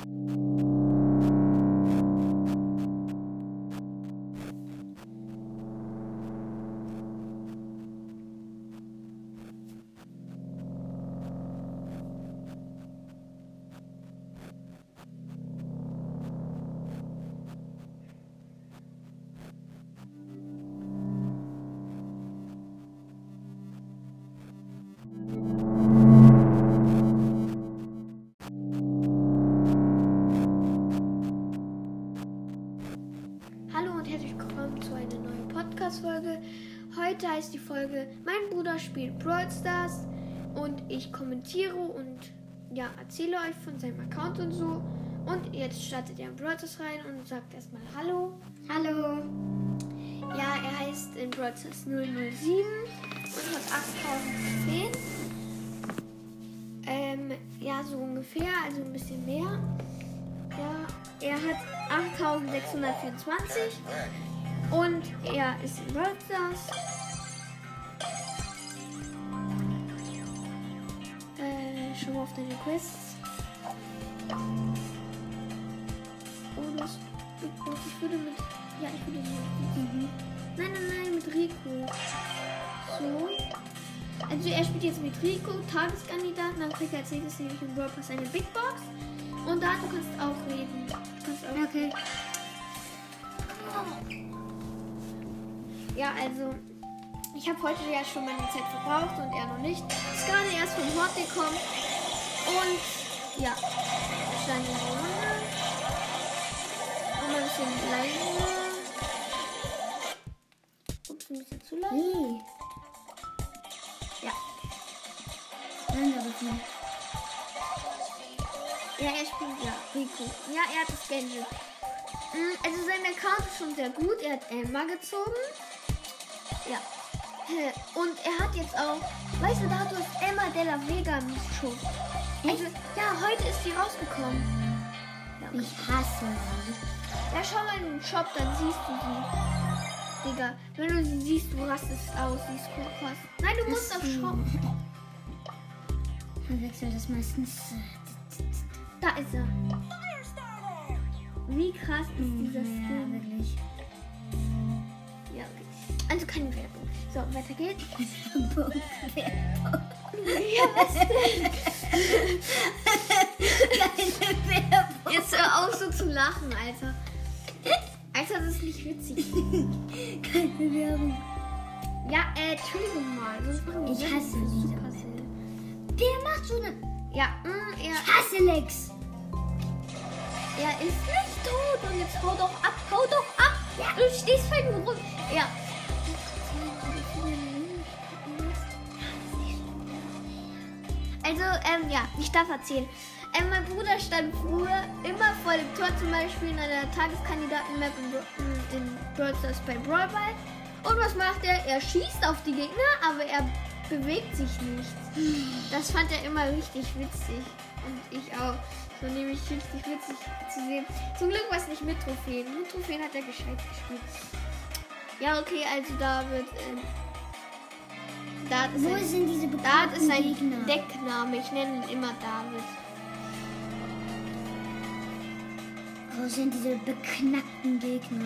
Hallo und herzlich willkommen zu einer neuen Podcast-Folge. Heute heißt die Folge Mein Bruder spielt Brawl Stars und ich kommentiere und erzähle euch von seinem Account und so. Und jetzt startet er in Brawl Stars rein und sagt erstmal Hallo. Hallo. Ja, er heißt in Brawl Stars 007 und hat 8000 Trophäen. So ungefähr, also ein bisschen mehr. Ja, er hat 8624 und er ist in Brawl Stars. Schau mal auf deine Quests. Oh, das Big Boss. Ich würde mit. Ja, ich würde mit. Nein, mit Rico. So. Also er spielt jetzt mit Rico, Tageskandidaten, dann kriegt er als nächstes nämlich im Brawl Pass eine Big Box. Und da, du kannst auch reden. Okay. Ja, also, ich habe heute ja schon meine Zeit verbraucht und er noch nicht. Ist gerade erst vom Hort gekommen. Und, ja. Steine Runde. Und ein bisschen leise. Ups, ein bisschen zu leise. Nee. Ja. Nein, aber nicht. Ja, er spielt Rico. Ja, er hat das Gadget. Also sein Account ist schon sehr gut. Er hat Emma gezogen. Ja. Und er hat jetzt auch, weißt du, da hat es Emma de la Vega im Shop. Also, ja, heute ist die rausgekommen. Ja, okay. Ich hasse sie. Ja, schau mal in den Shop, dann siehst du sie. Digga, wenn du sie siehst, du rastest aus. Sie ist krass. Nein, du musst auf Shop. Man wechselt das meistens. Da ist er. Wie krass ist dieser Ja, Skin? wirklich. Ja, okay. Also keine Werbung. So, weiter geht's. Ja, was denn? Keine Werbung. Jetzt hör auf so zu lachen, Alter. Alter, das ist nicht witzig. Keine Werbung. Ja, Entschuldigung mal. Sonst machen wir Ich Werbung hasse für diese Supercell. Der macht so eine. Ja, Ich hasse Lex. er ist nicht tot. Und jetzt hau doch ab. Hau doch ab. Ja, du stehst voll rum. Ja. Also, ich darf erzählen. Mein Bruder stand früher immer vor dem Tor, zum Beispiel in einer Tageskandidaten-Map in Brawl Stars bei Brawl Ball. Und was macht er? Er schießt auf die Gegner, aber er bewegt sich nicht. Das fand er immer richtig witzig. Und ich auch. So nämlich richtig witzig zu sehen. Zum Glück war es nicht mit Trophäen. Mit Trophäen hat er gescheit gespielt. Ja, okay, also David. Wo sind diese David ist bekannten ein Gegner? Deckname. Ich nenne ihn immer David. Wo sind diese beknackten Gegner?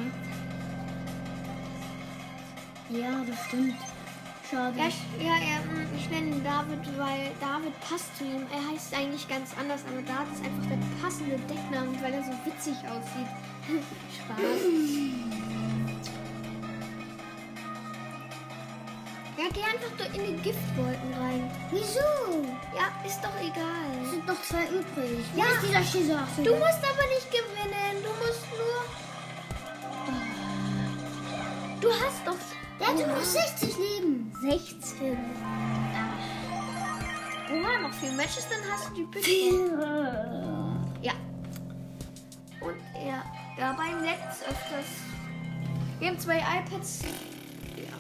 Ja, das stimmt. Schade. Ich nenne ihn David, weil David passt zu ihm. Er heißt eigentlich ganz anders, aber David ist einfach der passende Deckname, weil er so witzig aussieht. Spaß. Ja, geh einfach in die Giftwolken rein. Wieso? Ja, ist doch egal. Es sind noch 2 übrig. Wo Ja. ist dieser Schizophren? Du musst aber nicht gewinnen. Du musst nur... Du hast doch... Der hat nur 60 Leben. 16. Oha, noch 4 Matches, dann hast du die Big. Ja. Und ja, beim Netz öfters. Wir haben 2 iPads. Ja.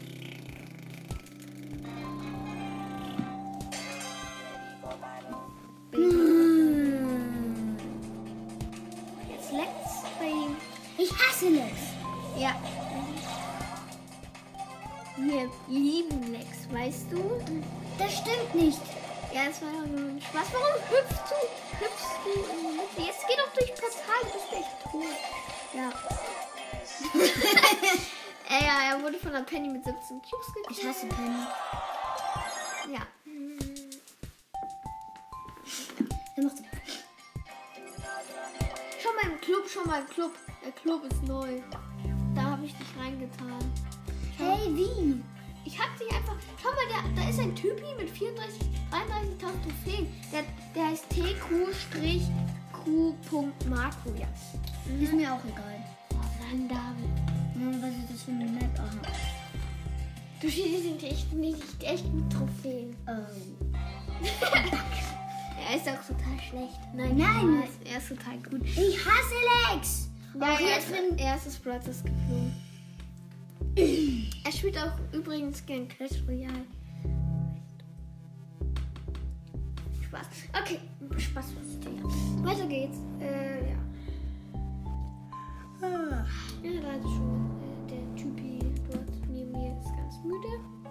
Jetzt leckt's bei ihm. Ich hasse Lex. Ja. Wir lieben Lex, weißt du? Das stimmt nicht. Ja, das war ja nur ein Spaß. Warum hüpfst du in die Mitte? Jetzt geh Ja, er wurde von der Penny mit 17 Cubes gekillt. Ich hasse Penny. Ja. Der macht so. Schon mal im Club. Der Club ist neu. Da habe ich dich reingetan. Hey, wie? Ich hab dich einfach... Schau mal, da ist ein Typi mit 33.000 Trophäen. Der heißt TQ-Q.Marco. Ja. Ist mir auch egal. Oh Mann, David. Was ist das für eine Map? Aha. Du schießt nicht echt mit Trophäen. Er ist auch total schlecht. Nein. Er ist total gut. Ich hasse Lex. Ja, er ist das Brothers geflogen. Er spielt auch übrigens gern Clash Royale. Spaß. Okay, Spaß. Ja. Weiter geht's. Ja. Ja, da ist schon der Typi dort neben mir ist ganz müde.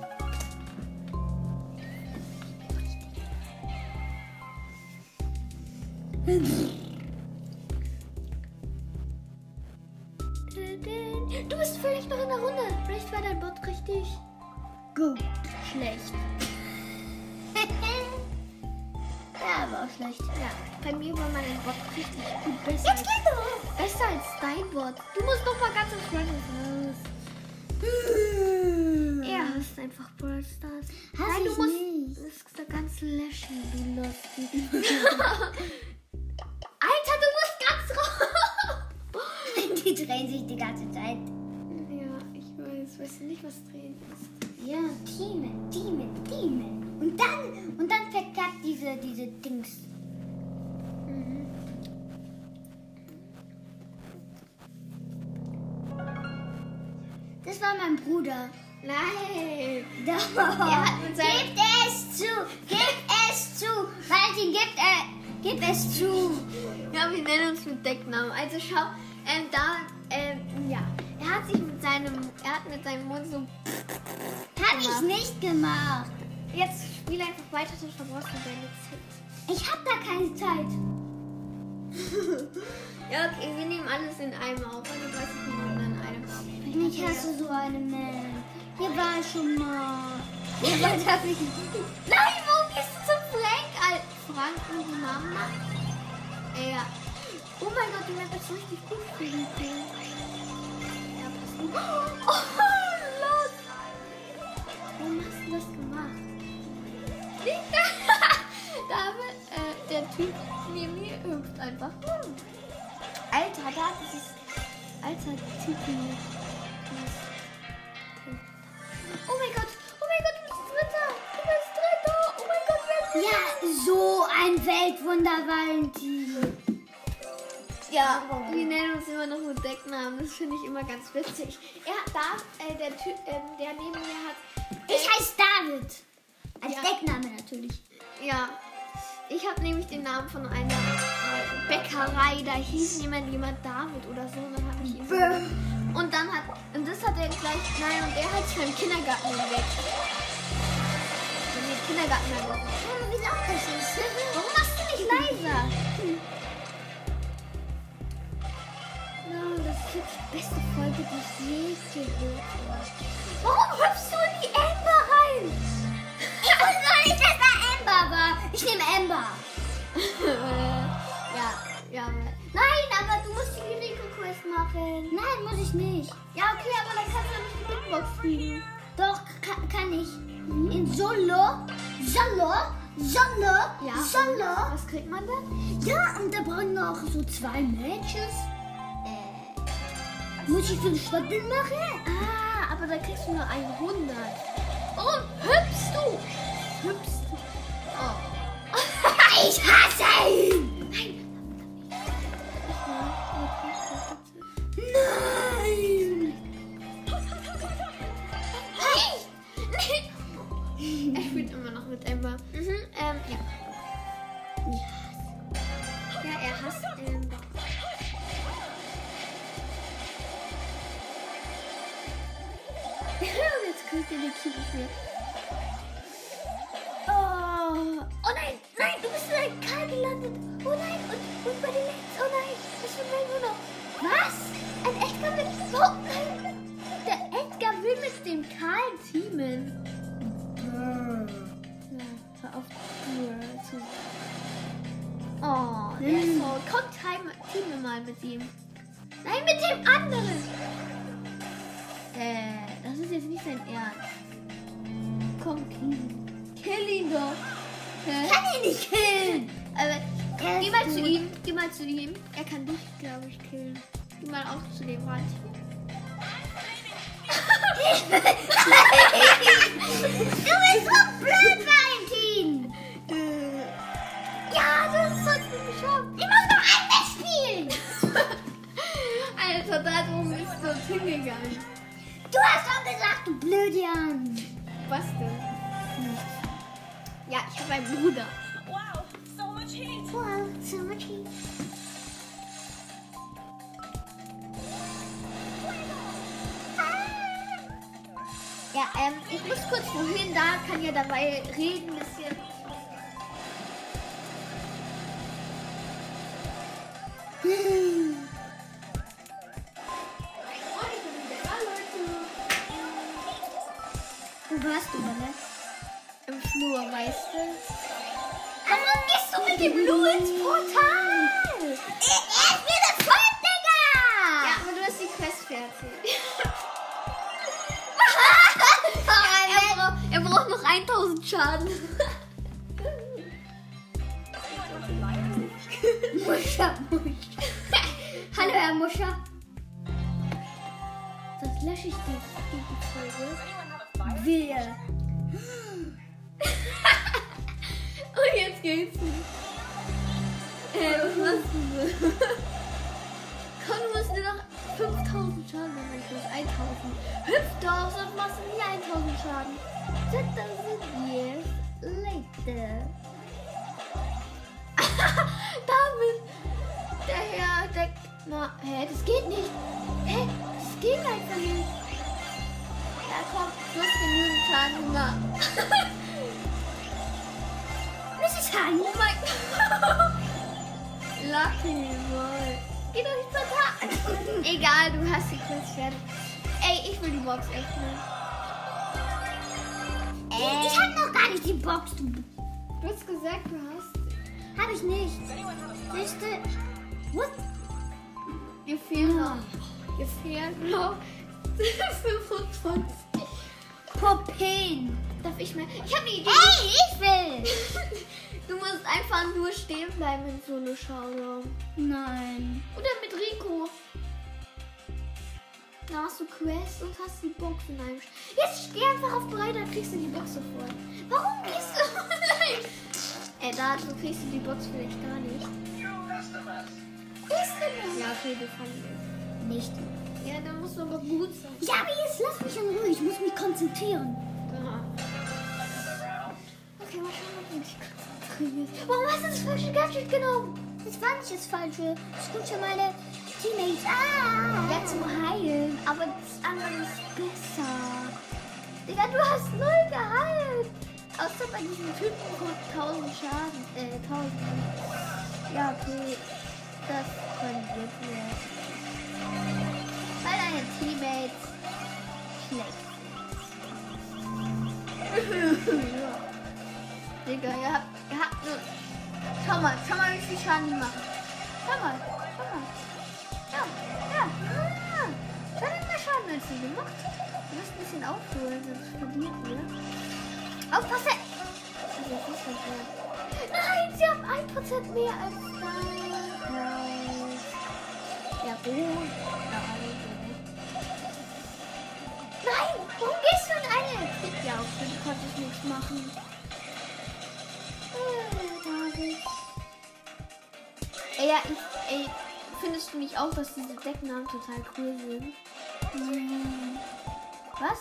Du bist vielleicht noch in der Runde. Vielleicht war dein Bot richtig Gut. Schlecht. Ja, aber auch schlecht. Ja, bei mir war mein Bot richtig gut. Jetzt geht doch. Besser als dein Bot. Du musst noch mal ganz im Brawl Stars. Er hasst einfach Brawl Stars. Hasse Nein, du ich musst nicht. das ganz löschen, du Lustig. Alter, du musst ganz raus. Die drehen sich die ganze Zeit. Ja, ich weiß nicht, was drehen ist. Ja, Teamen. Und dann verkackt diese Dings. Das war mein Bruder. Nein. Doch. Er hat mit seinem... Gebt es zu. Valentin, gib es zu. Ja, wir nennen uns mit Decknamen. Also schau, ja. Er hat mit seinem Mund so... Hab ich nicht gemacht. Jetzt spiel einfach weiter, sonst verbrauchst du deine Zeit. Ich hab da keine Zeit. Ja, okay, wir nehmen alles in einem auf. Also 30 Minuten in einem. Ich hasse so eine Map. Hier war ich schon mal. Hier war das nicht. Nein, warum gehst du zum Frank? Frank und die Mama? Ja. Oh mein Gott, die Map ist richtig gut für die Ding. Ja, pass auf. Oh, los! Warum hast du das gemacht? David, der Typ neben mir hüpft einfach. Alter, da hat dieses alter Typ hier. Oh mein Gott, du bist Dritter. Oh mein Gott, wer ist Ja, so ein Weltwunder, Valentin. Ja, wir nennen uns immer noch mit Decknamen. Das finde ich immer ganz witzig. Der Typ, der neben mir hat... Ich heiße David. Als Ja. Deckname natürlich. Ja, ich habe nämlich den Namen von einer Bäckerei. Da hieß jemand David oder so. Und dann habe ich ihn... Und das hat er gleich... Nein, und er hat sich beim Kindergarten geweckt. Wenn wir Kindergarten haben. Wie laut das ist. Warum machst du nicht leiser? No, das ist jetzt die beste Folge, die ich je gehört habe. Warum hüpfst du in die Amber rein? Ich wusste noch nicht, dass da Amber war. Ich nehme Amber. ja. Nein, aber du musst die Rico-Quest machen. Nein, muss ich nicht. Ja, okay, aber dann kannst du nicht die Big Box kriegen. Doch, kann ich. In Solo. Ja. Was kriegt man denn? Ja, und da brauchen noch so 2 Matches. Muss ich so ein Shuttle machen? Ah, aber da kriegst du nur 100. Warum hüpfst du? Oh. Ich hasse ihn! Nein! Er spielt immer noch mit Amber. Ja. Ja, er hasst Amber. Und jetzt kriegt er die Cube für. Oh nein, du bist in einem Karl gelandet. Oh nein, und bei den Lanes. Oh nein, das wird mein Wunder. Was? Ein Edgar mit... Oh nein, der Edgar brutal teamen. Ja, hör auf zu. Oh, der ist so. Komm, teame mal mit ihm. Nein, mit dem anderen. Das ist jetzt nicht sein Ernst. Komm, kill ihn doch. Kann ihn nicht killen. Aber geh mal zu ihm. Geh mal zu ihm. Er kann dich, glaube ich, killen. Geh mal auch zu dem Rand. Du bist so blöd, Valentin. Ja, das ist sonst nicht geschafft. Ich muss noch einmal spielen. Alter, darum bist du uns hingegangen. Du hast doch gesagt, du Blödian. Was denn? Ja, ich habe einen Bruder. Wow, so much heat. Wow, so much heat. Ja, ich muss kurz wohin, da kann ja dabei reden ein bisschen. Wo warst du, Manne? Im Flur, weißt du? Warum gehst du mit dem Lu ins Portal? Er ist mir das voll, Digga! Ja, aber du hast die Quest fertig. Er braucht noch 1000 Schaden. Muscha. Hallo, Herr Muscha. Sonst lösche ich die Folge. Wehe. Und jetzt geht's nicht. Was machst du? Komm, du musst nur noch 5000 Schaden machen. Ich muss 1000. Hüpf doch, sonst machst du nie 1000 Schaden. 1000 years later. David! Der Herr deckt. Hä, das geht nicht. Hä, das geht einfach nicht. Ja, komm, du hast genügend Schaden gemacht. Mrs. Han. Oh mein Gott. Lucky boy. Geh doch nicht zur Tat. Egal, du hast die Quest fertig. Ey, ich will die Box öffnen. Ich hab noch gar nicht die Box. Du hast gesagt, du hast. Hab ich nicht. Siehst du? What? Dir fehlen noch 25. Poppin. Darf ich mehr? Ich hab eine Idee. Ey, ich will. Du musst einfach nur stehen bleiben in Solo-Showdown. Nein. Oder mit Rico. Da hast du Quest und hast die Box in einem. Jetzt geh einfach auf 3, dann kriegst du die Box sofort. Warum gehst du nicht? Dazu kriegst du die Box vielleicht gar nicht. Ist denn das? Ja, okay, du fandest Nicht. Ja, dann musst du aber gut sein. Ja, aber jetzt lass mich in Ruhe. Ich muss mich konzentrieren. Aha. Okay, mal schauen, ob du dich konzentrierst. Warum hast du das falsche Gadget genommen? Das war nicht das Falsche. Das tut schon meine Teammates. Ah! Ja, zum Heilen. Aber das andere ist besser. Digga, du hast 0 geheilt. Außer bei diesem Typen kommt 1000 Schaden. 1000. Ja, okay. Das verliert wir. Weil deine Teammates schlecht sind. Ja. Digga, ihr habt nur... Schau mal, wie viel Schaden die machen. Schau mal. Ja. Schau dir mehr Schaden, als sie gemacht hat. Du musst ein bisschen aufholen, sonst verliert ihr. Aufpassen! Also, das ist halt so. Nein, sie haben 1% mehr als dein. Ja, gut. Nein, warum gehst du in eine? Ja, okay, du konntest nichts machen. Ey, findest du nicht auch, dass diese Decknamen total cool sind? Was?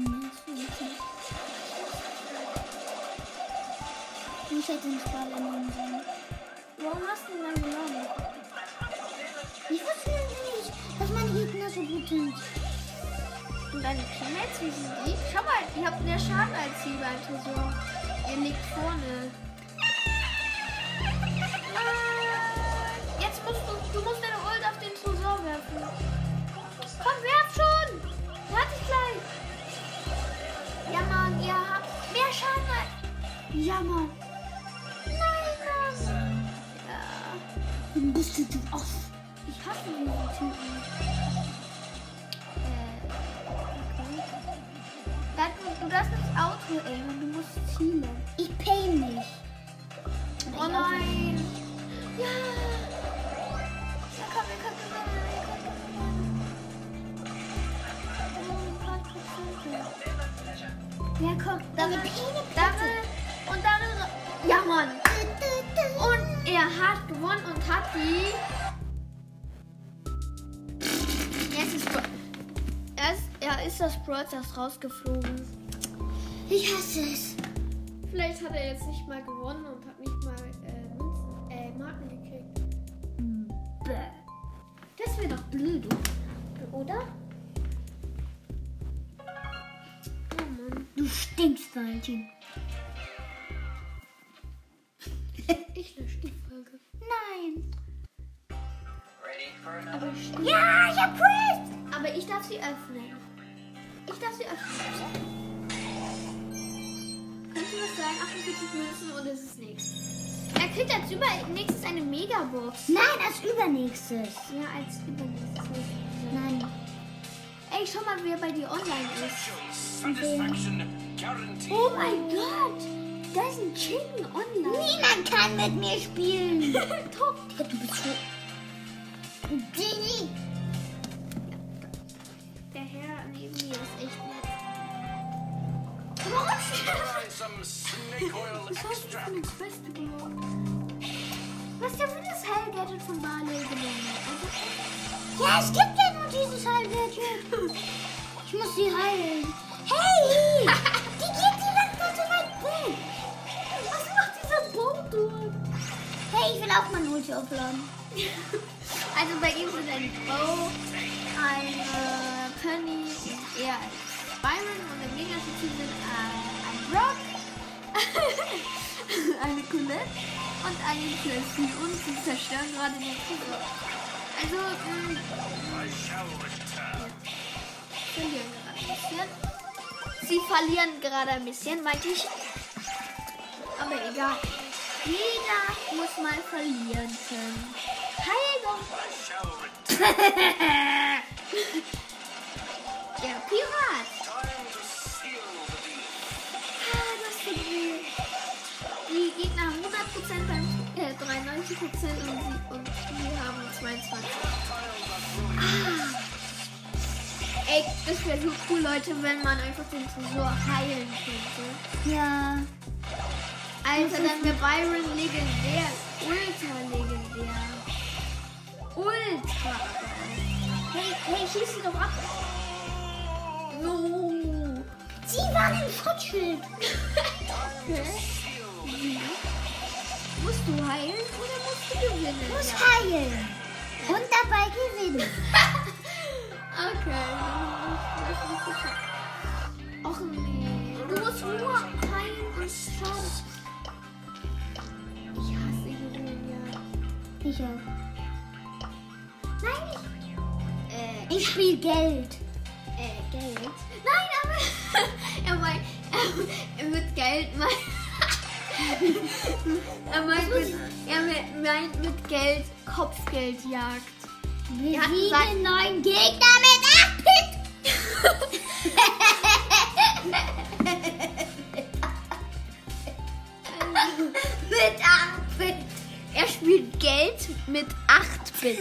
Ich hätte den Ball annehmen sollen. Warum hast du ihn dann genommen? Ich wusste nicht, dass meine Gegner so gut sind. Und deine Teammates, wie sind die? Schau mal, ihr habt mehr Schaden als sie beim Tresor. Ihr liegt vorne. Jetzt musst du musst deine Ult auf den Tresor werfen. Komm, werf schon! Warte ich gleich. Ja, Mann. Nein, Mann. Ja. Dann bist du off. Ich hasse diesen Typen. Okay. Du darfst ins Auto aimen, du musst zielen. Ich pay nicht. Oh nein. Ja. Ja, komm, wir können gewinnen. Ja, komm. Damit Und dann. Ja, Mann. Und er hat gewonnen und hat die. Jetzt ist. Er ist das Brawl Stars rausgeflogen. Ich hasse es. Vielleicht hat er jetzt nicht mal gewonnen und hat nicht mal Marken gekriegt. Bäh. Das wäre doch blöd, oder? Oh Mann. Du stinkst, Valentin. Ich lösche die Folge. Nein. Aber ich, Ja, ich hab Chris. aber ich darf sie öffnen. Kannst du was sagen? 48 Münzen und es ist nichts. Er kriegt als nächstes eine Megabox. Nein, als übernächstes. Ja, als übernächstes. Nein. Ey, schau mal, wer bei dir online ist. Satisfaction guaranteed. Oh mein Gott! Da ist ein Chicken online. Niemand kann mit mir spielen. Top. Ja, du bist so. Dini. Der Herr neben mir ist echt nett. Try some snake oil Was hast du für eine extract. Quest gemacht? Was ist denn für das Heil-Gadget von Barley genommen? Ja, es gibt ja nur dieses Heilgadget. Ich muss sie heilen. Hey! Die geht direkt so weit weg. Was macht dieser Baum dort? Hey, ich will auch mal ein Ulti aufladen. Also bei ihm sind ein Bo, ein Penny, eher ein Byron und im gegnerischen Team sind ein Brock, eine Colette und eine Jessie und sie zerstören gerade den Tresor. Also, I shall return. Sie verlieren gerade ein bisschen, meinte ich. Aber egal. Jeder muss mal verlieren können. Heilung. I shall return. Der Pirat. Time to seal the deal. Das tut weh. Die Gegner haben 100% beim 93% und die haben 22%. Ey, das wäre so cool, Leute, wenn man einfach den Tresor heilen könnte. Ja. Alter, dann wäre Byron legendär. Ultra legendär. Ultra. Hey, schieß sie doch ab. No. Sie waren im Schutzschild. Musst du heilen oder musst du gewinnen? Muss heilen. Und dabei gewinnen. Okay. Och nee. Du musst nur heilen und schauen. Ich hasse Julia. Ich auch. Nein, Ich spiele Geld. Geld. Nein, aber er wird Geld meinen. er meint mit Geld Kopfgeldjagd. Wir hat gesagt- siegen neuen Gegner mit 8-Bit. Mit 8-Bit. Er spielt Geld mit 8-Bit.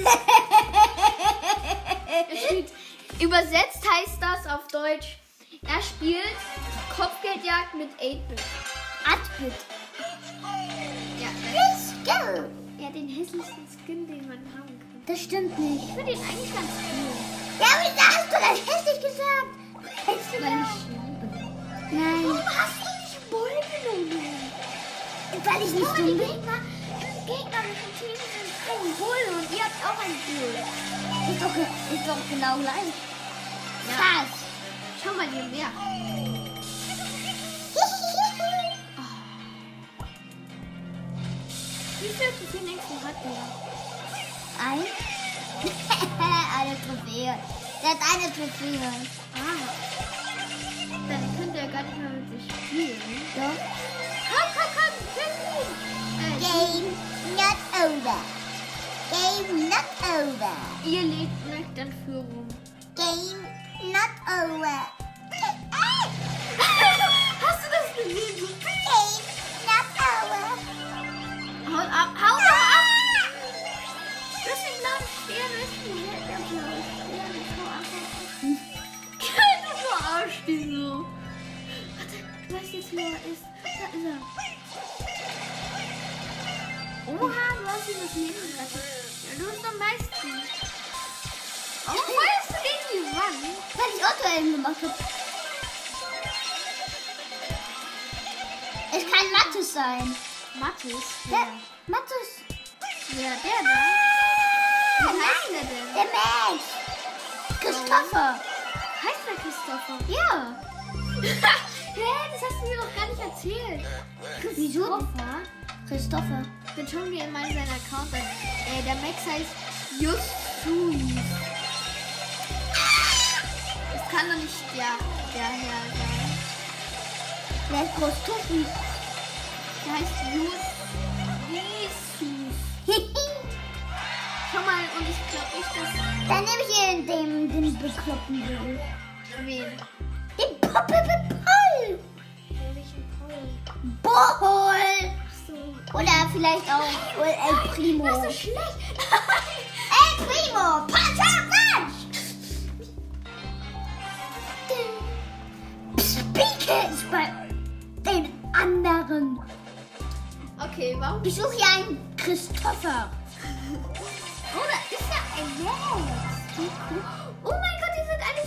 Übersetzt heißt das auf Deutsch, er spielt Kopfgeldjagd mit 8-Bit. 8-Bit. Ja, Let's go. ja, den hässlichsten Skin, den man haben kann. Das stimmt nicht. Ich finde den eigentlich ganz cool. Ja, wieso hast du das hässlich gesagt? Hättest du Weil das? ich liebe. Nein. Warum hast du nicht Bull genommen? Weil ich nicht Guck so mal, die bin. gegnerischen Team sind ein Bull und ihr habt auch einen Bull. Ist doch genau gleich. Ja. Krass. Schau mal hier mehr. Wie viele Trophäen hat der? Ein? Eine Trophäe. Der hat eine Trophäe. Ah. Dann könnte er gar nicht mehr mit sich spielen. Doch. Komm, Game not over. Game not over. Ihr liegt nüchtern Führung. Game not over. Hast du das gesehen? Game not over. Hau ab, hau ab! Du hast den blauen Stern, ist der blaue Stern, ich hau ab. Du verarschst ihn so. Warte, du weißt jetzt, wo er ist. Da ist er. Oha, du hast ihm das Leben gerettet. Ja, du bist am meisten. Warum feuerst du gegen die Wand? Weil ich Otto eben gemacht habe. Es kann Mathis sein. Mathis? Der Mathis. Ja, der da. Wie heißt der denn? Der Max. Christopher. Heißt der Christopher? Ja. Hä, das hast du mir doch gar nicht erzählt. Wieso? Christopher? Christopher. Dann schauen wir mal seinen Account an. Der Max heißt Justus. Das kann doch nicht der Herr sein. Der ist Christopher. Der heißt Jesus. Schau mal, und ich glaube nicht, dass... Dann nehme ich den bekloppten Bild. Wen? Den Poppel. Welchen Paul? Bohol. So. Oder vielleicht auch El Primo. Das ist so schlecht. El Primo. Panzer Punch. Speaker ist bei den anderen. Okay, warum? Ich suche hier einen Christopher. Oh, da ist ja ein Max. Wie cool. Oh mein Gott, die sind alle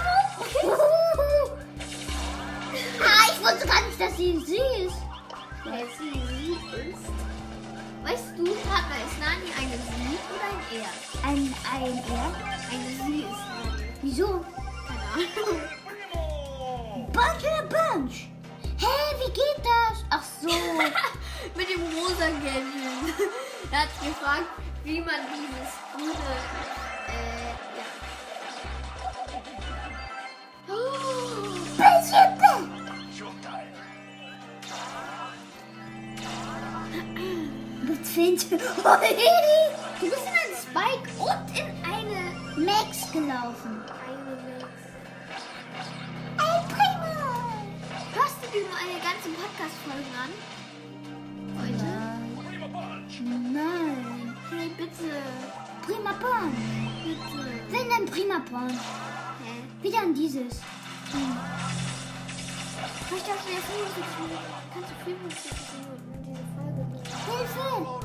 Ich wusste gar nicht, dass sie ist. Weil sie ist. Weißt du, Partner, ist Nani eine Sie oder ein Er? Ein Er? Eine Sie ist Nani. Wieso? Keine Ahnung. Bunch. Hä, wie geht das? Ach so. Mit dem rosa Gänschen. Er hat gefragt, wie man dieses gute, ja. Mit Finte. Du bist in einen Spike und in eine Max gelaufen. Max. El Primo. Hörst du dir nur eine ganze Podcast-Folge an? Heute? Nein. Hey, bitte. Prima Bon. Bitte. Wenn dann Prima Bon. Hä? Wieder an dieses. Ich dachte, jetzt 45 Minuten. Kannst du 45 Minuten diese Folge machen? Hilfe.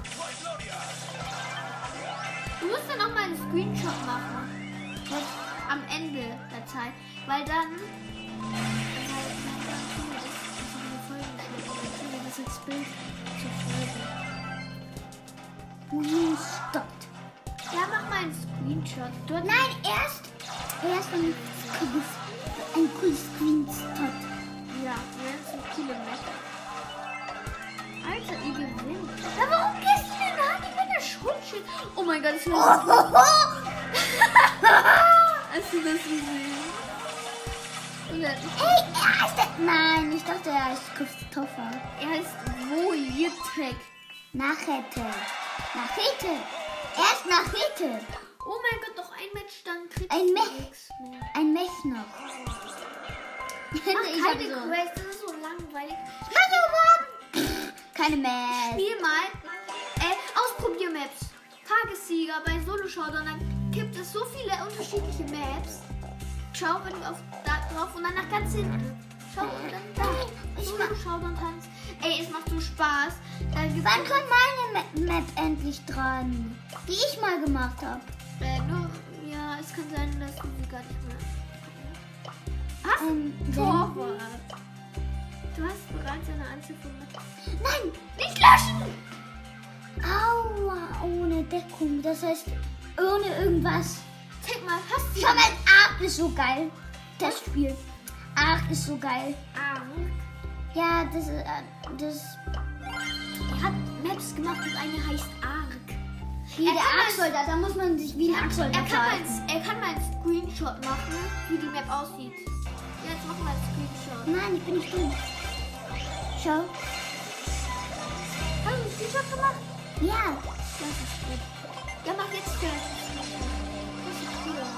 Du musst dann auch mal einen Screenshot machen. Das am Ende der Zeit. Weil dann das als Bild zur Folge. Stoppt. Ja, mach mal einen Screenshot. Dort Nein, erst ein cooles Screenshot. ja, das ist eine coole Map. Alter, ihr gewinnt. Ja, warum gehst du denn an, wenn der Schutzschild? Oh mein Gott, ich will das. Hast du das gesehen? Oder, Hey, er heißt der... Nein, ich dachte, er heißt Christopher. er heißt Wojetek. Nachhette. Erst Nachhette. Oh mein Gott, doch ein Match, dann kriegst Ein du Mech. nichts mehr. Ein Mech noch. Mach Ich hab keine so. Quest, das ist so langweilig. Keine Mech. Spiel mal Ausprobier-Maps. Tagessieger bei Solo-Showdown. Dann gibt es so viele unterschiedliche Maps. Schau, wenn du da drauf und dann nach ganz hinten. Schau, und dann da. Solo-Showdown tanzt. Ey, es macht so Spaß. Da gibt's Wann kommt meine Map endlich dran? Die ich mal gemacht habe. ja, es kann sein, dass du sie gar nicht mehr hast. Denn- Torwart. Du hast bereits eine Anzahl von Nein! Nicht löschen! Aua, ohne Deckung. Das heißt, ohne irgendwas. Zeig mal, hast du Schau mal, Ark ist so geil. Das Spiel. Ark ist so geil. Arm? Ja, das ist... Er hat Maps gemacht und eine heißt Ark. Wie Er der kann Arksoldat. Da muss man sich wie ein Arksoldat Er verhalten. kann mal einen Screenshot machen, wie die Map aussieht. Jetzt mach mal einen Screenshot. Nein, ich bin nicht dumm. Schau. Hallo, Screenshot gemacht? Ja. Das ist gut. Ja, mach jetzt vielleicht. Das ist cool.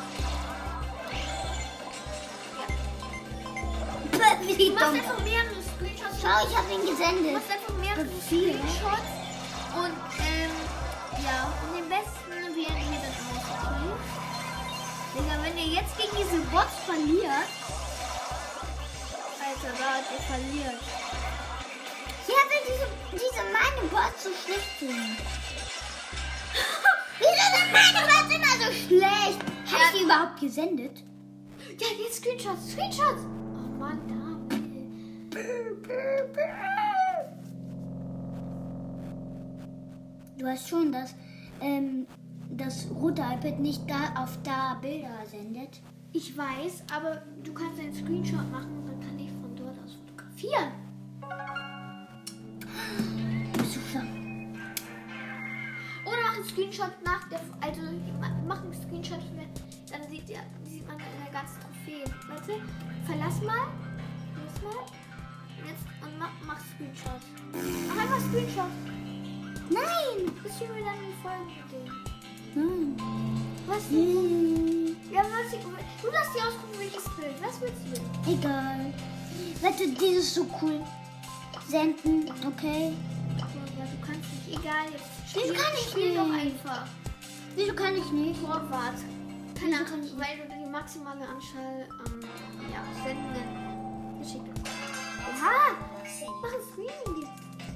Wie Du machst dumm. einfach mehrere Screenshots. Schau, ich habe ihn Du gesendet. machst einfach mehrere Viel. Screenshots. Und, ja. Und den besten wählen wir dann aus. Okay? Digga, wenn ihr jetzt gegen diese Bots verliert. Alter, Leute, ihr verliert. Ja, weil diese meine Bots so schlecht sind. Wieso sind meine Bots immer so schlecht? Hast du die überhaupt gesendet? Ja, jetzt Screenshots, Screenshots. Oh Mann, da. Du weißt schon, dass das rote iPad nicht da auf da Bilder sendet. Ich weiß, aber du kannst einen Screenshot machen und dann kann ich von dort aus fotografieren. Bist du schlau? Oder mach einen Screenshot nach der... Also, mach einen Screenshot, dann sieht man eine ganze Trophäe. Warte, verlass mal. Jetzt und mach Screenshot. Mach einfach Screenshot. Nein! Das ist mir dann die Folgenidee. Nein. Was? Ja, du darfst dir ausgucken, welches Bild. Was willst du? Egal. Warte, dieses ist so cool. Senden, okay. Ja, du kannst nicht. Egal, jetzt Wieso kann ich spiel doch nicht? einfach. Wieso kann ich nicht? Torwart. Wieso Keine kann ich Ahnung, weil du die maximale Anzahl Senden geschickt hast. Oha! Mach ein Screening.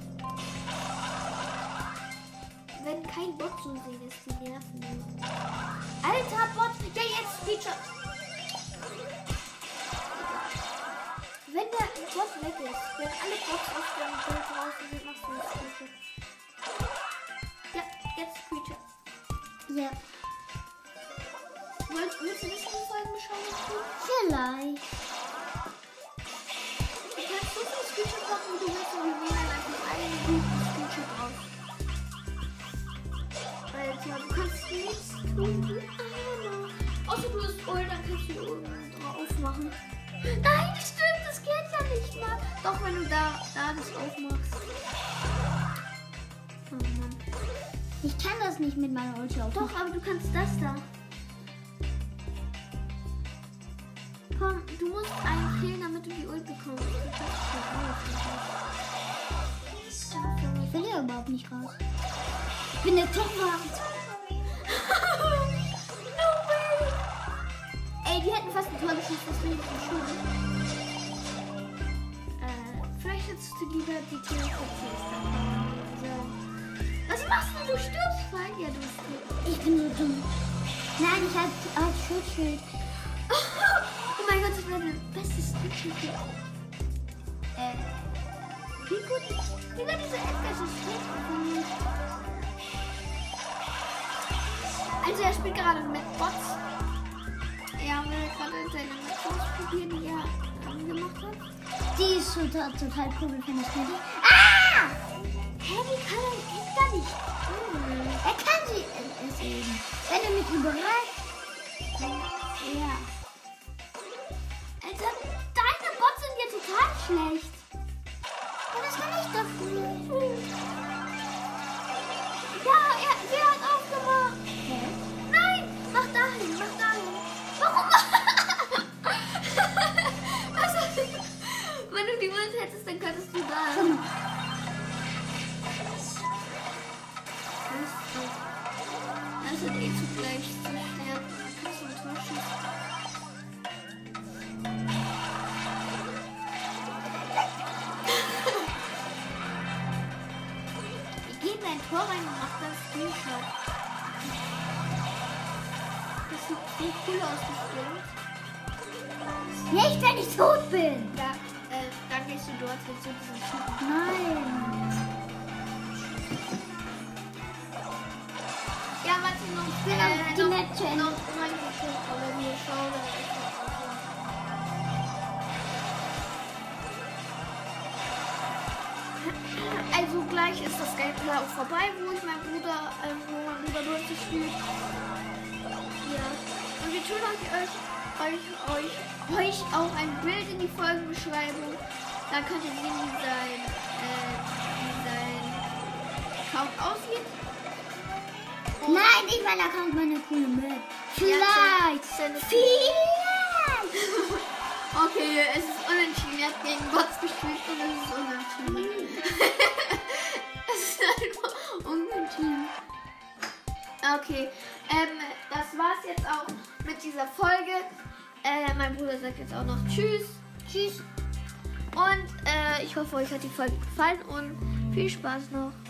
Wenn kein Bot so sehen ist, die nerven nur. Alter Bot! Ja, jetzt Screenshot! Wenn der Bot weg ist, wenn alle Bots aus dem Bild draußen sind, machst du ein Screenshot. Ja, jetzt Screenshot. Ja. Willst du nicht in die Folgenbeschreibung tun? Vielleicht. Du kannst so viel Screenshot machen, wie du willst, und wir wählen dann einfach einen guten Screenshot drauf. Alter, du kannst nichts tun, wie einer. Außer du bist old, dann kannst du oben drauf machen. Nein, das stimmt, das geht ja nicht mal. Doch, wenn du da das aufmachst. Oh Mann. Ich kann das nicht mit meiner Ulti aufmachen. Doch, aber du kannst das da. Komm, du musst einen killen, damit du die Ult bekommst. Du kannst Ich will ja überhaupt nicht raus. Ich bin der Torwart. No way! Ey, die hätten fast ein Tor geschossen, das will ich nicht schon. Vielleicht hättest du lieber die Teleportierst. Was machst du? Du stirbst voll. Ja, du bist tot. Ich bin so dumm. Nein, ich hab Schutzschild. Oh mein Gott, das wäre das beste Schutzschild. Wie gut diese Edgar so schlecht von mir. Also er spielt gerade mit Bots. Er will gerade seine Methoden probieren, die er gemacht hat. Die ist total cool, finde ich nicht. Ah! Hä, wie kann er Edgar nicht? Er kann sie es eben. Wenn er mich überrascht. Ja. Alter, deine Bots sind ja total schlecht. Ja, das kann ich dafür. Ja, wer hat aufgemacht? Hä? Nein, mach dahin. Warum? Was hast du? Wenn du die Ult hättest, dann könntest du da. Das wird eh zugleich zu schwer. Kannst du ein Tor schießen? Ich gehe in ein Tor rein und mach das Screenshot. Das sieht so cool aus, das Bild. Nicht, wenn ich tot bin. Da, dann gehst du dort hin zu diesem Typen. Nein. Ja, warte noch. Ich will noch die Map zu Ende. Noch reingeguckt, aber wir schauen dann Also gleich ist das Gameplay auch vorbei, wo mein Bruder durchgespielt. Ja. Und wir tun euch auch ein Bild in die Folgenbeschreibung. Da könnt ihr sehen, wie sein Account aussieht. Nein, nicht mein Account, meine coole Map. Vielleicht. Ja, Vielleicht. Okay, es ist unentschieden. Er hat gegen Bots gespielt und es ist unentschieden. Es ist einfach unentschieden. Okay, das war's jetzt auch mit dieser Folge. Mein Bruder sagt jetzt auch noch Tschüss. Tschüss. Und ich hoffe, euch hat die Folge gefallen und viel Spaß noch.